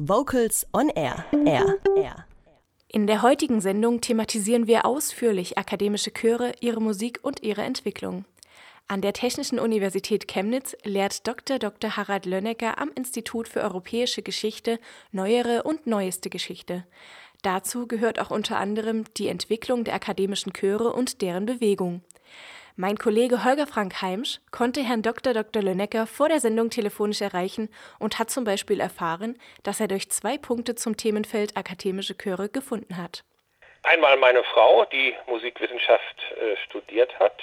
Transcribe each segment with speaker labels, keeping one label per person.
Speaker 1: Vocals on Air. Air.
Speaker 2: In der heutigen Sendung thematisieren wir ausführlich akademische Chöre, ihre Musik und ihre Entwicklung. An der Technischen Universität Chemnitz lehrt Dr. Harald Lönnecker am Institut für Europäische Geschichte Neuere und Neueste Geschichte. Dazu gehört auch unter anderem die Entwicklung der akademischen Chöre und deren Bewegung. Mein Kollege Holger Frank Heimsch konnte Herrn Dr. Lönnecker vor der Sendung telefonisch erreichen und hat zum Beispiel erfahren, dass er durch 2 Punkte zum Themenfeld akademische Chöre gefunden hat.
Speaker 3: Einmal meine Frau, die Musikwissenschaft studiert hat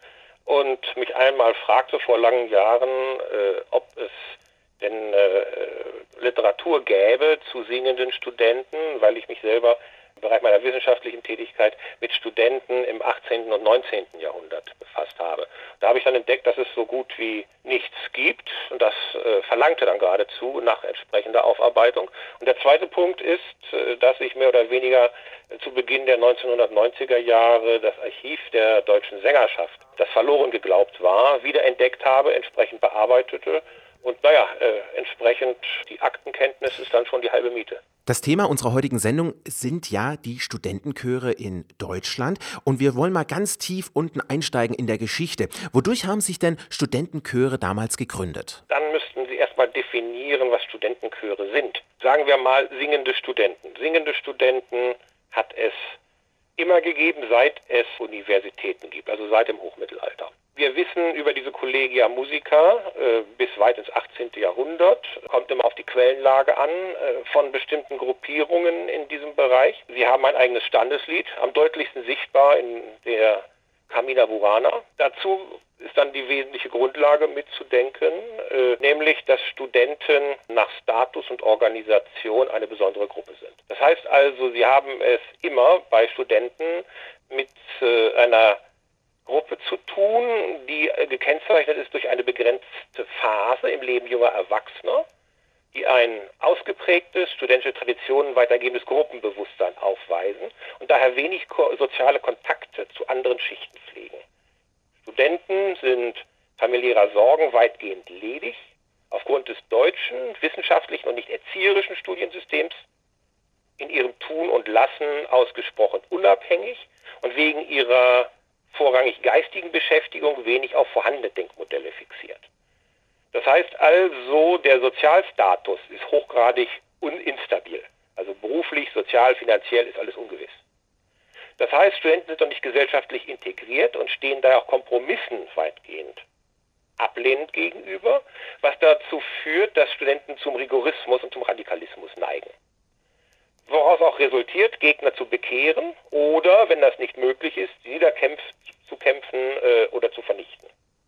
Speaker 3: und mich einmal fragte vor langen Jahren, ob es denn Literatur gäbe zu singenden Studenten, weil ich mich selber im Bereich meiner wissenschaftlichen Tätigkeit mit Studenten im 18. und 19. Jahrhundert befasst habe. Da habe ich dann entdeckt, dass es so gut wie nichts gibt und das verlangte dann geradezu nach entsprechender Aufarbeitung. Und der zweite Punkt ist, dass ich mehr oder weniger zu Beginn der 1990er Jahre das Archiv der deutschen Sängerschaft, das verloren geglaubt war, wiederentdeckt habe, entsprechend bearbeitete. Und entsprechend die Aktenkenntnis ist dann schon die halbe Miete.
Speaker 4: Das Thema unserer heutigen Sendung sind ja die Studentenchöre in Deutschland. Und wir wollen mal ganz tief unten einsteigen in der Geschichte. Wodurch haben sich denn Studentenchöre damals gegründet?
Speaker 3: Dann müssten Sie erstmal definieren, was Studentenchöre sind. Sagen wir mal singende Studenten. Singende Studenten hat es immer gegeben, seit es Universitäten gibt, also seit dem Hochmittelalter. Wir wissen über diese Collegia Musica bis weit ins 18. Jahrhundert, kommt immer auf die Quellenlage an, von bestimmten Gruppierungen in diesem Bereich. Sie haben ein eigenes Standeslied, am deutlichsten sichtbar in der Carmina Burana. Dazu ist dann die wesentliche Grundlage mitzudenken, nämlich, dass Studenten nach Status und Organisation eine besondere Gruppe sind. Das heißt also, Sie haben es immer bei Studenten mit einer Gruppe zu tun, die gekennzeichnet ist durch eine begrenzte Phase im Leben junger Erwachsener, die ein ausgeprägtes, studentische Traditionen weitergebendes Gruppenbewusstsein aufweisen und daher wenig soziale Kontakte zu anderen Schichten pflegen. Studenten sind familiärer Sorgen weitgehend ledig, aufgrund des deutschen, wissenschaftlichen und nicht erzieherischen Studiensystems, in ihrem Tun und Lassen ausgesprochen unabhängig und wegen ihrer vorrangig geistigen Beschäftigung wenig auf vorhandene Denkmodelle fixiert. Das heißt also, der Sozialstatus ist hochgradig uninstabil. Also beruflich, sozial, finanziell ist alles ungewiss. Das heißt, Studenten sind noch nicht gesellschaftlich integriert und stehen daher auch Kompromissen weitgehend ablehnend gegenüber, was dazu führt, dass Studenten zum Rigorismus und zum Radikalismus neigen. Woraus auch resultiert, Gegner zu bekehren oder, wenn das nicht möglich ist, zu kämpfen oder zu vernichten.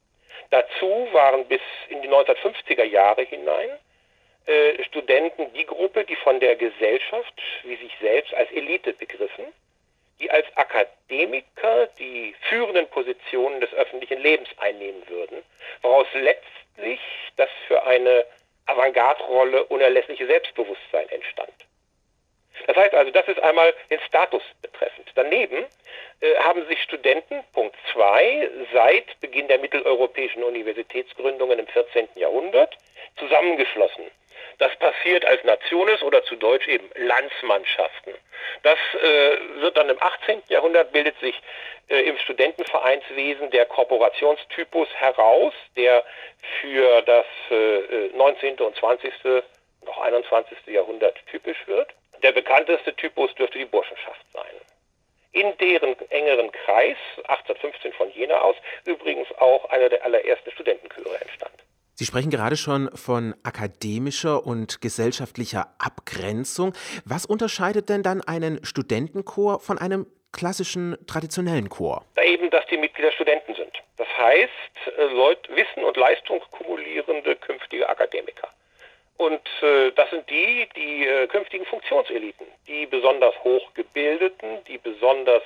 Speaker 3: Dazu waren bis in die 1950er Jahre hinein Studenten die Gruppe, die von der Gesellschaft, wie sich selbst, als Elite begriffen, die als Akademiker die führenden Positionen des öffentlichen Lebens einnehmen würden, woraus letztlich das für eine Avantgarde-Rolle unerlässliche Selbstbewusstsein entstand. Das heißt also, das ist einmal den Status betreffend. Daneben haben sich Studenten, Punkt 2, seit Beginn der mitteleuropäischen Universitätsgründungen im 14. Jahrhundert zusammengeschlossen. Das passiert als Nationes oder zu Deutsch eben Landsmannschaften. Das wird dann im 18. Jahrhundert, bildet sich im Studentenvereinswesen der Korporationstypus heraus, der für das 19. und 20. noch 21. Jahrhundert typisch wird. Der bekannteste Typus dürfte die Burschenschaft sein. In deren engeren Kreis, 1815 von Jena aus, übrigens auch einer der allerersten Studentenchöre entstand.
Speaker 4: Sie sprechen gerade schon von akademischer und gesellschaftlicher Abgrenzung. Was unterscheidet denn dann einen Studentenchor von einem klassischen, traditionellen Chor?
Speaker 3: Eben, dass die Mitglieder Studenten sind. Das heißt, Wissen und Leistung kumulierende künftige Akademiker. Und das sind die künftigen Funktionseliten, die besonders hochgebildeten, die besonders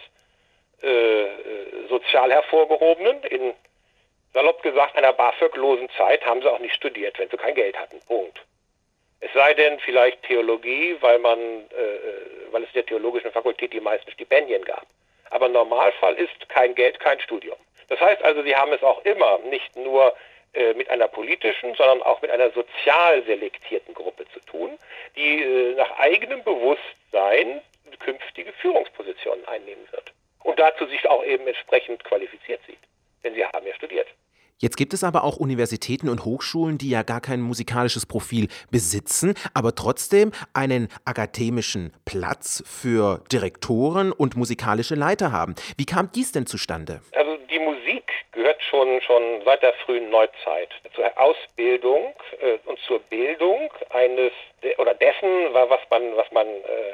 Speaker 3: sozial hervorgehobenen. In, salopp gesagt, einer BAföG-losen Zeit haben sie auch nicht studiert, wenn sie kein Geld hatten. Punkt. Es sei denn vielleicht Theologie, weil es der theologischen Fakultät die meisten Stipendien gab. Aber im Normalfall ist kein Geld, kein Studium. Das heißt also, sie haben es auch immer nicht nur mit einer politischen, sondern auch mit einer sozial selektierten Gruppe zu tun, die nach eigenem Bewusstsein künftige Führungspositionen einnehmen wird. Und dazu sich auch eben entsprechend qualifiziert sieht. Denn sie haben ja studiert.
Speaker 4: Jetzt gibt es aber auch Universitäten und Hochschulen, die ja gar kein musikalisches Profil besitzen, aber trotzdem einen akademischen Platz für Direktoren und musikalische Leiter haben. Wie kam dies denn zustande?
Speaker 3: Also die Musik gehört schon seit der frühen Neuzeit zur Ausbildung und zur Bildung dessen, was man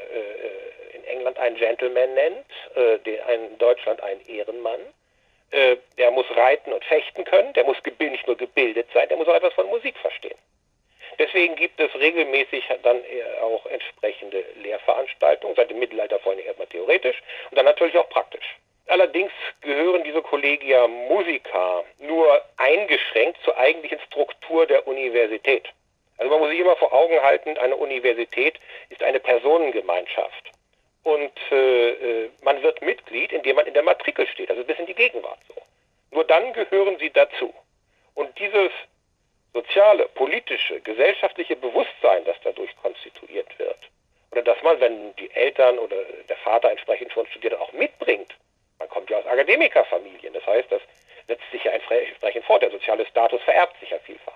Speaker 3: in England einen Gentleman nennt, in Deutschland einen Ehrenmann. Der muss reiten und fechten können, der muss nicht nur gebildet sein, der muss auch etwas von Musik verstehen. Deswegen gibt es regelmäßig dann auch entsprechende Lehrveranstaltungen, seit dem Mittelalter vor allem erstmal theoretisch und dann natürlich auch praktisch. Allerdings gehören diese Collegia Musica nur eingeschränkt zur eigentlichen Struktur der Universität. Also man muss sich immer vor Augen halten, eine Universität ist eine Personengemeinschaft. Und man wird Mitglied, indem man in der Matrikel steht, also bis in die Gegenwart so. Nur dann gehören sie dazu. Und dieses soziale, politische, gesellschaftliche Bewusstsein, das dadurch konstituiert wird, oder dass man, wenn die Eltern oder der Vater entsprechend schon studiert, auch mitbringt. Man kommt ja aus Akademikerfamilien, das heißt, das setzt sich ja entsprechend fort, der soziale Status vererbt sich ja vielfach.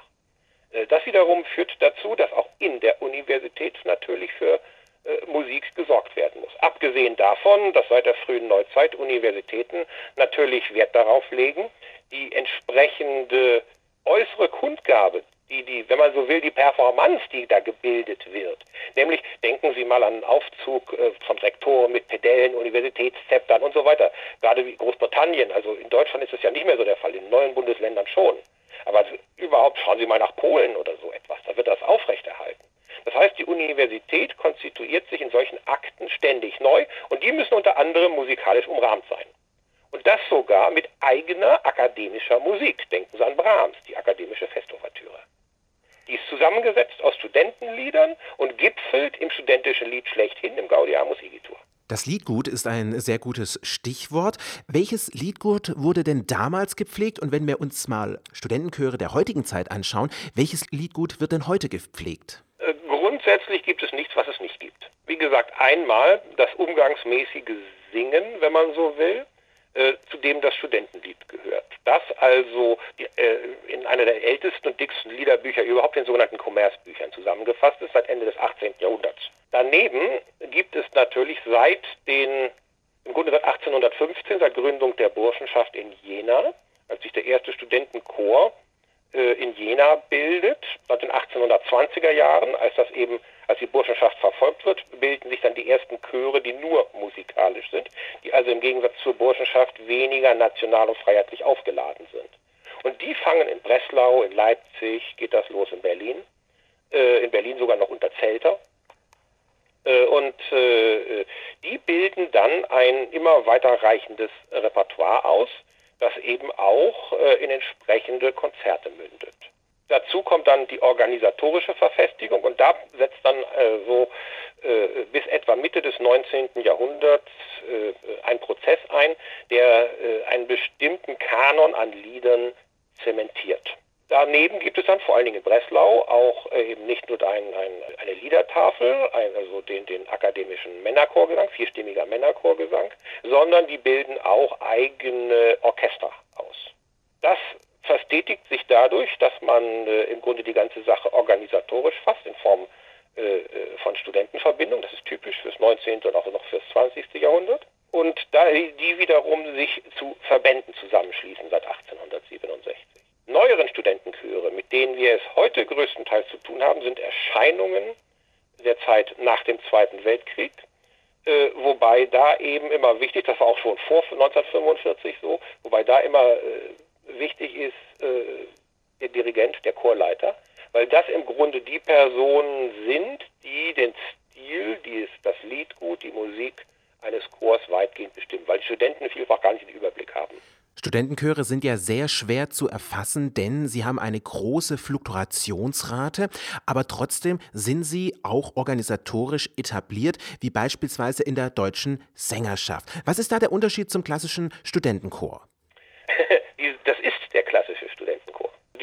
Speaker 3: Das wiederum führt dazu, dass auch in der Universität natürlich für Musik gesorgt werden muss. Abgesehen davon, dass seit der frühen Neuzeit Universitäten natürlich Wert darauf legen, die entsprechende äußere Kundgabe, wenn man so will, die Performance, die da gebildet wird. Nämlich, denken Sie mal an einen Aufzug von Rektoren mit Pedellen, Universitätszeptern und so weiter. Gerade wie Großbritannien, also in Deutschland ist es ja nicht mehr so der Fall, in neuen Bundesländern schon. Aber überhaupt, schauen Sie mal nach Polen oder so etwas, da wird das aufrechterhalten. Das heißt, die Universität konstituiert sich in solchen Akten ständig neu und die müssen unter anderem musikalisch umrahmt sein. Und das sogar mit eigener akademischer Musik. Denken Sie an Brahms, die akademische Festouvertüre. Die ist zusammengesetzt aus Studentenliedern und gipfelt im studentischen Lied schlechthin, im Gaudiamus Igitur.
Speaker 4: Das Liedgut ist ein sehr gutes Stichwort. Welches Liedgut wurde denn damals gepflegt? Und wenn wir uns mal Studentenchöre der heutigen Zeit anschauen, welches Liedgut wird denn heute gepflegt?
Speaker 3: Grundsätzlich gibt es nichts, was es nicht gibt. Wie gesagt, einmal das umgangsmäßige Singen, wenn man so will, zu dem das Studentenlied gehört. Das also in einer der ältesten und dicksten Liederbücher überhaupt, den sogenannten Kommerzbüchern, zusammengefasst ist, seit Ende des 18. Jahrhunderts. Daneben gibt es natürlich im Grunde seit 1815, seit Gründung der Burschenschaft in Jena, als sich der erste Studentenchor in Jena bildet, seit den 1820er Jahren, als die Burschenschaft verfolgt wird, bilden sich dann die ersten Chöre, die nur musikalisch sind, die also im Gegensatz zur Burschenschaft weniger national und freiheitlich aufgeladen sind. Und die fangen in Breslau, in Leipzig, geht das los in Berlin sogar noch unter Zelter. Die bilden dann ein immer weiter reichendes Repertoire aus, das eben auch in entsprechende Konzerte mündet. Dazu kommt dann die organisatorische Verfestigung und da setzt dann bis etwa Mitte des 19. Jahrhunderts ein Prozess ein, der einen bestimmten Kanon an Liedern zementiert. Daneben gibt es dann vor allen Dingen in Breslau auch eben nicht nur eine Liedertafel, also den akademischen Männerchorgesang, vierstimmiger Männerchorgesang, sondern die bilden auch eigene Orchester aus. Das verstetigt sich dadurch, dass man im Grunde die ganze Sache organisatorisch fasst in Form von Studentenverbindungen. Das ist typisch fürs 19. und auch noch fürs 20. Jahrhundert. Und da die wiederum sich zu Verbänden zusammenschließen seit 1867. Neueren Studentenchöre, mit denen wir es heute größtenteils zu tun haben, sind Erscheinungen der Zeit nach dem Zweiten Weltkrieg, wobei da eben immer wichtig, das war auch schon vor 1945 so, wobei da immer wichtig ist der Dirigent, der Chorleiter, weil das im Grunde die Personen sind, die den Stil, das Liedgut, die Musik eines Chors weitgehend bestimmen, weil die Studenten vielfach gar nicht den Überblick haben.
Speaker 4: Studentenchöre sind ja sehr schwer zu erfassen, denn sie haben eine große Fluktuationsrate, aber trotzdem sind sie auch organisatorisch etabliert, wie beispielsweise in der Deutschen Sängerschaft. Was ist da der Unterschied zum klassischen Studentenchor?
Speaker 3: Das ist der klassische Studentenchor. Die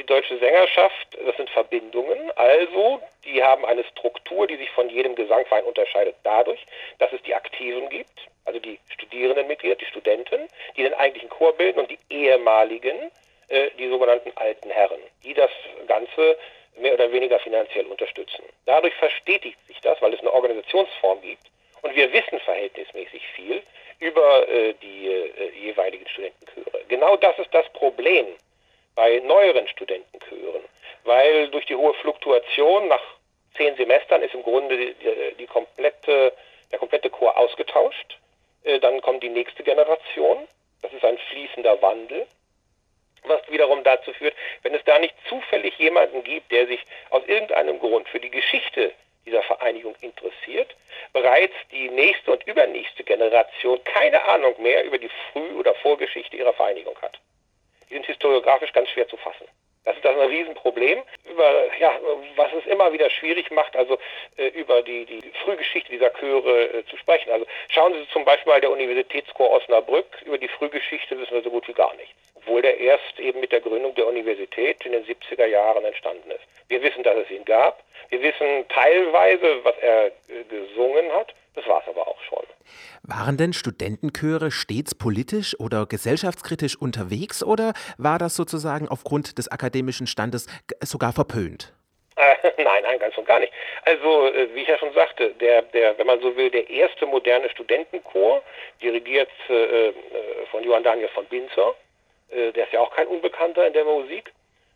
Speaker 3: die Deutsche Sängerschaft, das sind Verbindungen, also die haben eine Struktur, die sich von jedem Gesangverein unterscheidet dadurch, dass es die Aktiven gibt, also die Studierendenmitglieder, die Studenten, die den eigentlichen Chor bilden und die ehemaligen, die sogenannten alten Herren, die das Ganze mehr oder weniger finanziell unterstützen. Dadurch verstetigt sich das, weil es eine Organisationsform gibt und wir wissen verhältnismäßig viel über die jeweiligen Studentenchöre. Genau das ist das Problem bei neueren Studentenchören, weil durch die hohe Fluktuation nach 10 Semestern ist im Grunde der komplette Chor ausgetauscht. Dann kommt die nächste Generation. Das ist ein fließender Wandel, was wiederum dazu führt, wenn es da nicht zufällig jemanden gibt, der sich aus irgendeinem Grund für die Geschichte dieser Vereinigung interessiert, bereits die nächste und übernächste Generation keine Ahnung mehr über die Früh- oder Vorgeschichte ihrer Vereinigung hat. Die sind historiografisch ganz schwer zu fassen. Das ist ein Riesenproblem, was es immer wieder schwierig macht, also über die Frühgeschichte dieser Chöre zu sprechen. Also schauen Sie zum Beispiel mal der Universitätschor Osnabrück, über die Frühgeschichte wissen wir so gut wie gar nichts. Obwohl der erst eben mit der Gründung der Universität in den 70er Jahren entstanden ist. Wir wissen, dass es ihn gab. Wir wissen teilweise, was er gesungen hat. Das war es aber auch schon.
Speaker 4: Waren denn Studentenchöre stets politisch oder gesellschaftskritisch unterwegs oder war das sozusagen aufgrund des akademischen Standes sogar verpönt?
Speaker 3: Nein, ganz und gar nicht. Also, wie ich ja schon sagte, wenn man so will, der erste moderne Studentenchor, dirigiert von Johann Daniel von Binzer, der ist ja auch kein Unbekannter in der Musik,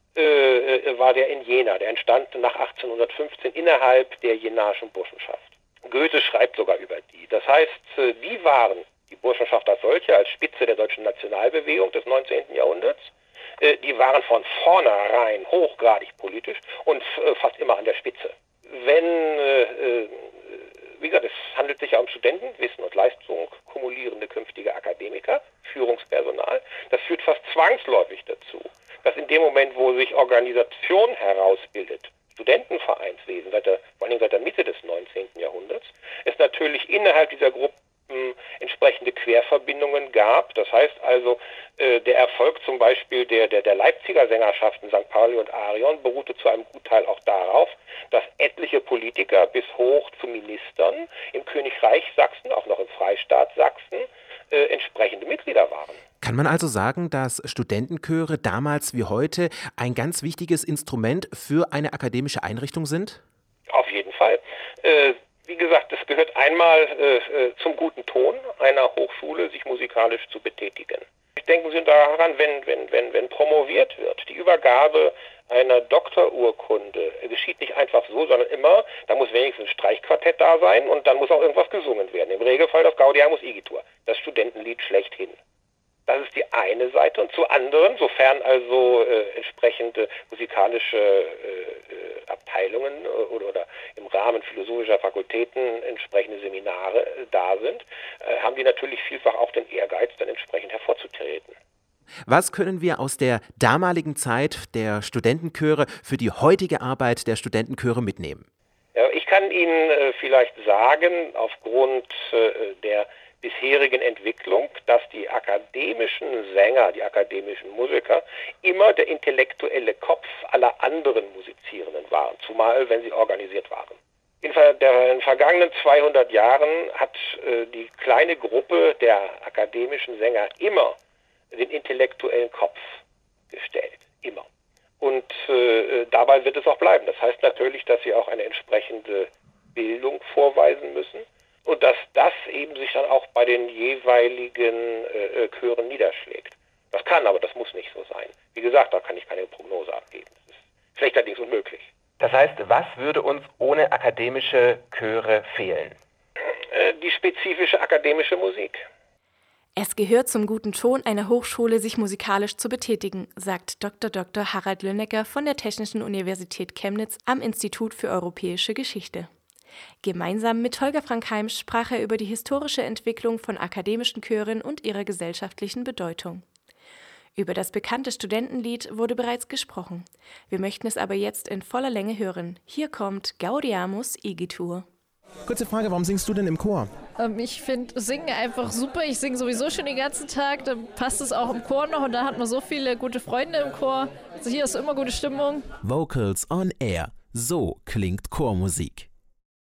Speaker 3: war der in Jena. Der entstand nach 1815 innerhalb der jenarischen Burschenschaft. Goethe schreibt sogar über die. Das heißt, die waren, die Burschenschaft als solche, als Spitze der deutschen Nationalbewegung des 19. Jahrhunderts, die waren von vornherein hochgradig politisch und fast immer an der Spitze. Wie gesagt, es handelt sich ja um Studenten, Wissen und Leistung, kumulierende künftige Akademiker, Führungspersonal. Das führt fast zwangsläufig dazu, dass in dem Moment, wo sich Organisation herausbildet, Studentenvereinswesen, vor allem seit der Mitte des 19. Jahrhunderts, es natürlich innerhalb dieser Gruppen entsprechende Querverbindungen gab. Das heißt also, der Erfolg zum Beispiel der Leipziger Sängerschaften St. Pauli und Arion beruhte zu einem Gutteil auch darauf, dass etliche Politiker bis hoch zu Ministern im Königreich Sachsen, auch noch im Freistaat Sachsen, entsprechende Mitglieder waren.
Speaker 4: Kann man also sagen, dass Studentenchöre damals wie heute ein ganz wichtiges Instrument für eine akademische Einrichtung sind?
Speaker 3: Auf jeden Fall. Wie gesagt, es gehört einmal zum guten Ton einer Hochschule, sich musikalisch zu betätigen. Denken Sie daran, wenn promoviert wird, die Übergabe einer Doktorurkunde geschieht nicht einfach so, sondern immer, da muss wenigstens ein Streichquartett da sein und dann muss auch irgendwas gesungen werden. Im Regelfall das Gaudeamus Igitur, das Studentenlied schlechthin. Das ist die eine Seite. Und zu anderen, sofern also entsprechende musikalische Abteilungen oder im Rahmen philosophischer Fakultäten entsprechende Seminare da sind, haben die natürlich vielfach auch den Ehrgeiz, dann entsprechend hervorzutreten.
Speaker 4: Was können wir aus der damaligen Zeit der Studentenchöre für die heutige Arbeit der Studentenchöre mitnehmen?
Speaker 3: Ja, ich kann Ihnen vielleicht sagen, aufgrund der bisherigen Entwicklung, dass die akademischen Sänger, die akademischen Musiker immer der intellektuelle Kopf aller anderen Musizierenden waren, zumal wenn sie organisiert waren. In den vergangenen 200 Jahren hat die kleine Gruppe der akademischen Sänger immer den intellektuellen Kopf gestellt, immer. Und dabei wird es auch bleiben. Das heißt natürlich, dass sie auch eine entsprechende Bildung vorweisen müssen. Und dass das eben sich dann auch bei den jeweiligen Chören niederschlägt. Das kann, aber das muss nicht so sein. Wie gesagt, da kann ich keine Prognose abgeben. Das ist schlechterdings unmöglich.
Speaker 5: Das heißt, was würde uns ohne akademische Chöre fehlen?
Speaker 3: Die spezifische akademische Musik.
Speaker 2: Es gehört zum guten Ton einer Hochschule, sich musikalisch zu betätigen, sagt Dr. Harald Lönnecker von der Technischen Universität Chemnitz am Institut für Europäische Geschichte. Gemeinsam mit Holger Frankheim sprach er über die historische Entwicklung von akademischen Chören und ihrer gesellschaftlichen Bedeutung. Über das bekannte Studentenlied wurde bereits gesprochen. Wir möchten es aber jetzt in voller Länge hören. Hier kommt Gaudeamus Igitur.
Speaker 4: Kurze Frage, warum singst du denn im Chor?
Speaker 6: Ich finde Singen einfach super. Ich singe sowieso schon den ganzen Tag. Dann passt es auch im Chor noch und da hat man so viele gute Freunde im Chor. Also hier ist immer gute Stimmung.
Speaker 7: Vocals on Air. So klingt Chormusik.